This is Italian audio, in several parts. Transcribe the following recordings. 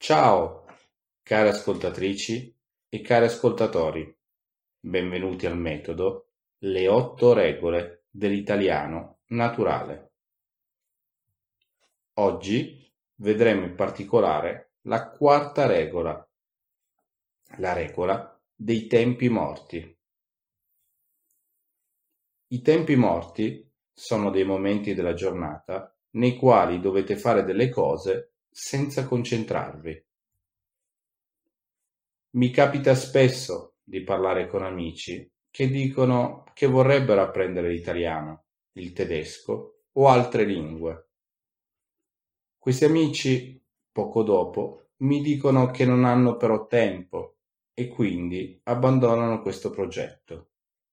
Ciao, care ascoltatrici e cari ascoltatori, benvenuti al metodo Le 8 regole dell'italiano naturale. Oggi vedremo in particolare la quarta regola, la regola dei tempi morti. I tempi morti sono dei momenti della giornata nei quali dovete fare delle cose senza concentrarvi. Mi capita spesso di parlare con amici che dicono che vorrebbero apprendere l'italiano, il tedesco o altre lingue. Questi amici, poco dopo, mi dicono che non hanno però tempo e quindi abbandonano questo progetto.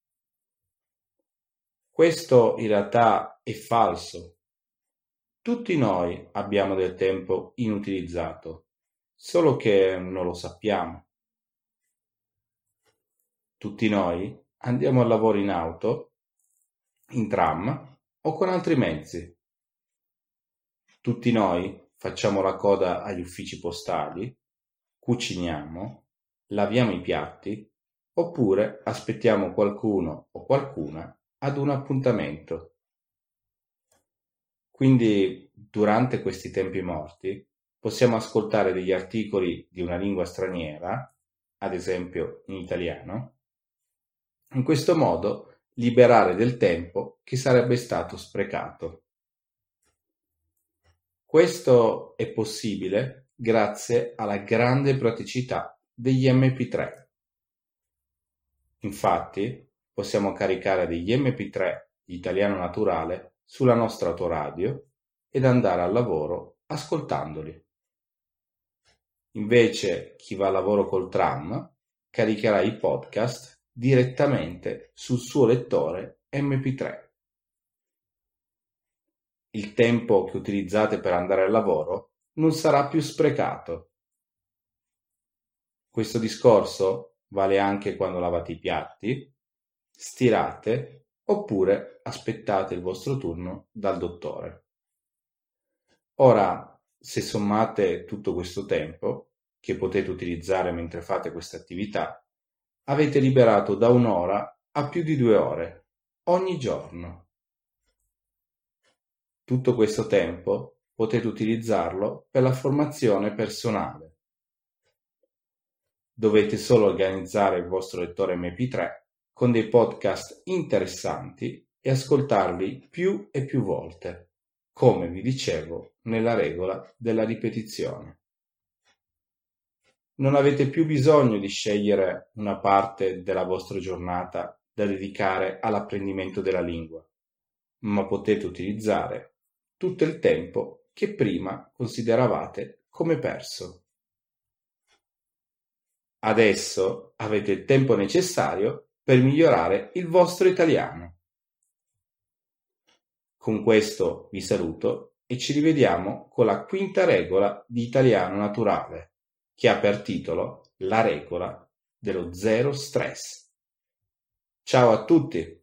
Questo in realtà è falso. Tutti noi abbiamo del tempo inutilizzato, solo che non lo sappiamo. Tutti noi andiamo al lavoro in auto, in tram o con altri mezzi. Tutti noi facciamo la coda agli uffici postali, cuciniamo, laviamo i piatti oppure aspettiamo qualcuno o qualcuna ad un appuntamento. Quindi, durante questi tempi morti, possiamo ascoltare degli articoli di una lingua straniera, ad esempio in italiano. In questo modo liberare del tempo che sarebbe stato sprecato. Questo è possibile grazie alla grande praticità degli MP3. Infatti, possiamo caricare degli MP3 di italiano naturale sulla nostra autoradio ed andare al lavoro ascoltandoli. Invece, chi va al lavoro col tram caricherà i podcast direttamente sul suo lettore MP3. Il tempo che utilizzate per andare al lavoro non sarà più sprecato. Questo discorso vale anche quando lavate i piatti, stirate oppure aspettate il vostro turno dal dottore. Ora, se sommate tutto questo tempo che potete utilizzare mentre fate questa attività, avete liberato da 1 ora a più di 2 ore ogni giorno. Tutto questo tempo potete utilizzarlo per la formazione personale. Dovete solo organizzare il vostro lettore MP3 con dei podcast interessanti e ascoltarli più e più volte, come vi dicevo nella regola della ripetizione. Non avete più bisogno di scegliere una parte della vostra giornata da dedicare all'apprendimento della lingua, ma potete utilizzare tutto il tempo che prima consideravate come perso. Adesso avete il tempo necessario per migliorare il vostro italiano. Con questo vi saluto e ci rivediamo con la quinta regola di italiano naturale, che ha per titolo la regola dello zero stress. Ciao a tutti!